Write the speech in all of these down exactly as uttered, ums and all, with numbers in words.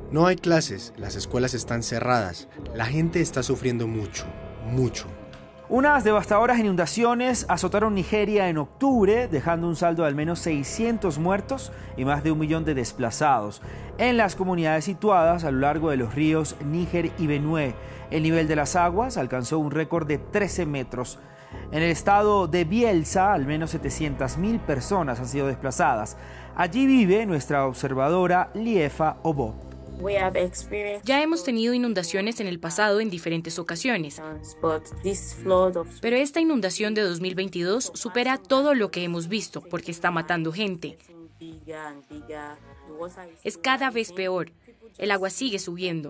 No hay clases, las escuelas están cerradas, la gente está sufriendo mucho, mucho. Unas devastadoras inundaciones azotaron Nigeria en octubre, dejando un saldo de al menos seiscientos muertos y más de un millón de desplazados en las comunidades situadas a lo largo de los ríos Níger y Benue. El nivel de las aguas alcanzó un récord de trece metros. En el estado de Bielsa, al menos setecientas mil personas han sido desplazadas. Allí vive nuestra observadora Liefa Obo. Ya hemos tenido inundaciones en el pasado en diferentes ocasiones, pero esta inundación de dos mil veintidós supera todo lo que hemos visto porque está matando gente. Es cada vez peor. El agua sigue subiendo.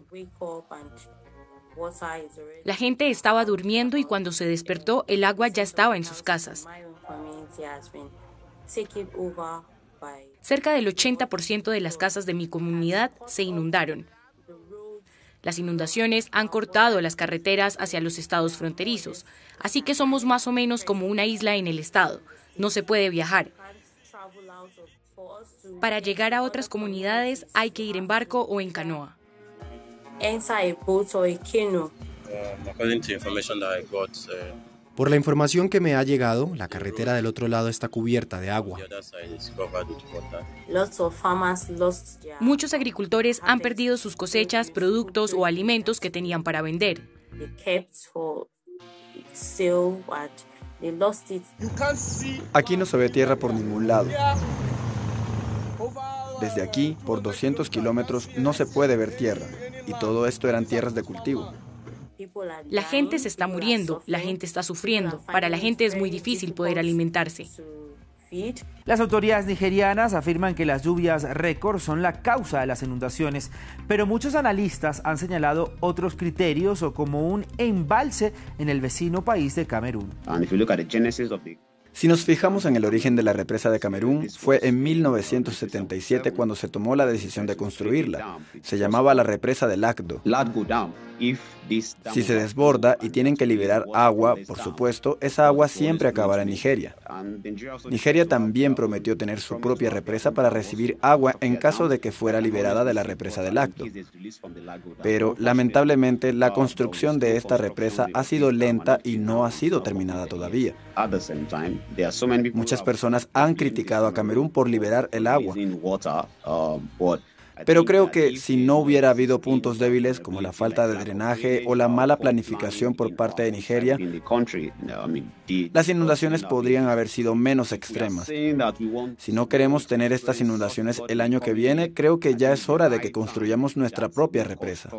La gente estaba durmiendo y cuando se despertó, el agua ya estaba en sus casas. Cerca del ochenta por ciento de las casas de mi comunidad se inundaron. Las inundaciones han cortado las carreteras hacia los estados fronterizos, así que somos más o menos como una isla en el estado. No se puede viajar. Para llegar a otras comunidades hay que ir en barco o en canoa. Por la información que me ha llegado, la carretera del otro lado está cubierta de agua. Muchos agricultores han perdido sus cosechas, productos o alimentos que tenían para vender. Aquí no se ve tierra por ningún lado. Desde aquí, por doscientos kilómetros, no se puede ver tierra, y todo esto eran tierras de cultivo. La gente se está muriendo, la gente está sufriendo. Para la gente es muy difícil poder alimentarse. Las autoridades nigerianas afirman que las lluvias récord son la causa de las inundaciones, pero muchos analistas han señalado otros criterios o como un embalse en el vecino país de Camerún. Si nos fijamos en el origen de la represa de Camerún, fue en mil novecientos setenta y siete cuando se tomó la decisión de construirla. Se llamaba la represa de Lagdo. Si se desborda y tienen que liberar agua, por supuesto, esa agua siempre acabará en Nigeria. Nigeria también prometió tener su propia represa para recibir agua en caso de que fuera liberada de la represa de Lagdo. Pero, lamentablemente, la construcción de esta represa ha sido lenta y no ha sido terminada todavía. Muchas personas han criticado a Camerún por liberar el agua. Pero creo que si no hubiera habido puntos débiles como la falta de drenaje o la mala planificación por parte de Nigeria, las inundaciones podrían haber sido menos extremas. Si no queremos tener estas inundaciones el año que viene, creo que ya es hora de que construyamos nuestra propia represa.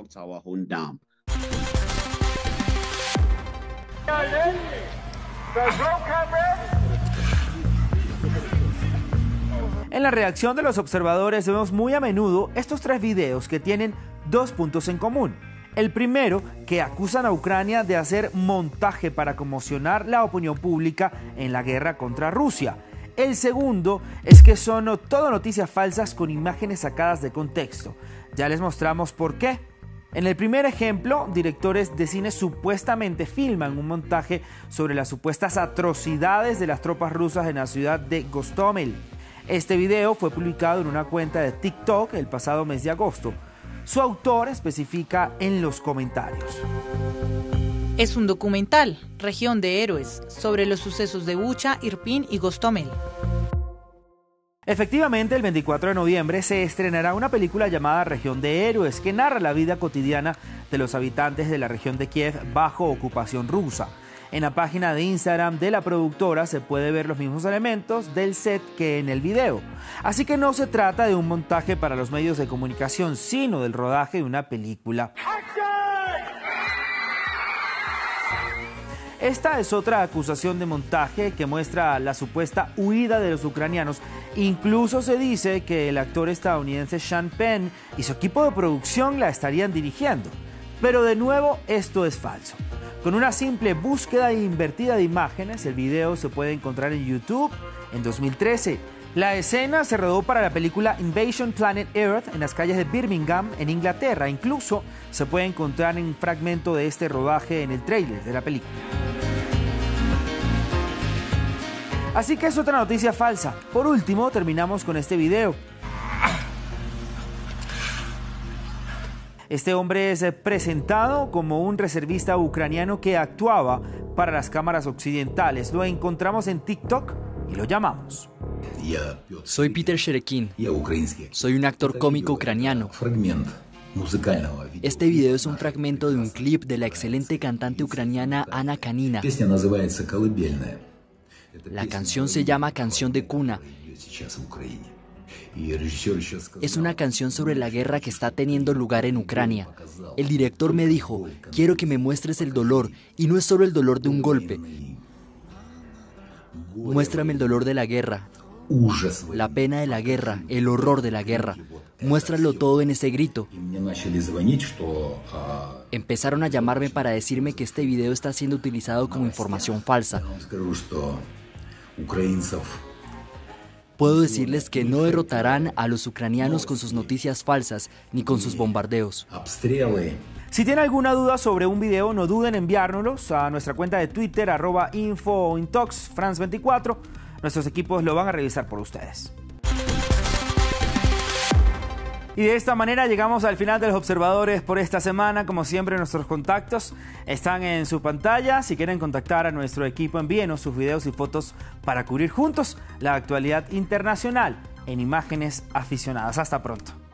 En la reacción de los observadores vemos muy a menudo estos tres videos que tienen dos puntos en común. El primero, que acusan a Ucrania de hacer montaje para conmocionar la opinión pública en la guerra contra Rusia. El segundo es que son todo noticias falsas con imágenes sacadas de contexto. Ya les mostramos por qué. En el primer ejemplo, directores de cine supuestamente filman un montaje sobre las supuestas atrocidades de las tropas rusas en la ciudad de Gostomel. Este video fue publicado en una cuenta de TikTok el pasado mes de agosto. Su autor especifica en los comentarios: es un documental, Región de Héroes, sobre los sucesos de Bucha, Irpin y Gostomel. Efectivamente, el veinticuatro de noviembre se estrenará una película llamada Región de Héroes, que narra la vida cotidiana de los habitantes de la región de Kiev bajo ocupación rusa. En la página de Instagram de la productora se puede ver los mismos elementos del set que en el video. Así que no se trata de un montaje para los medios de comunicación, sino del rodaje de una película. Esta es otra acusación de montaje que muestra la supuesta huida de los ucranianos. Incluso se dice que el actor estadounidense Sean Penn y su equipo de producción la estarían dirigiendo. Pero de nuevo, esto es falso. Con una simple búsqueda invertida de imágenes, el video se puede encontrar en YouTube en dos mil trece. La escena se rodó para la película Invasion Planet Earth en las calles de Birmingham, en Inglaterra. Incluso se puede encontrar un fragmento de este rodaje en el tráiler de la película. Así que es otra noticia falsa. Por último, terminamos con este video. Este hombre es presentado como un reservista ucraniano que actuaba para las cámaras occidentales. Lo encontramos en TikTok y lo llamamos. Soy Peter Sherekin. Soy un actor cómico ucraniano. Este video es un fragmento de un clip de la excelente cantante ucraniana Anna Kanina. La canción se llama Canción de Cuna. Es una canción sobre la guerra que está teniendo lugar en Ucrania. El director me dijo, quiero que me muestres el dolor, y no es solo el dolor de un golpe. Muéstrame el dolor de la guerra, la pena de la guerra, el horror de la guerra. Muéstralo todo en ese grito. Empezaron a llamarme para decirme que este video está siendo utilizado como información falsa. Puedo decirles que no derrotarán a los ucranianos con sus noticias falsas ni con sus bombardeos. Si tienen alguna duda sobre un video, no duden en enviárnoslos a nuestra cuenta de Twitter, arroba infointox France veinticuatro. Nuestros equipos lo van a revisar por ustedes. Y de esta manera llegamos al final de Los Observadores por esta semana. Como siempre, nuestros contactos están en su pantalla. Si quieren contactar a nuestro equipo, envíenos sus videos y fotos para cubrir juntos la actualidad internacional en Imágenes Aficionadas. Hasta pronto.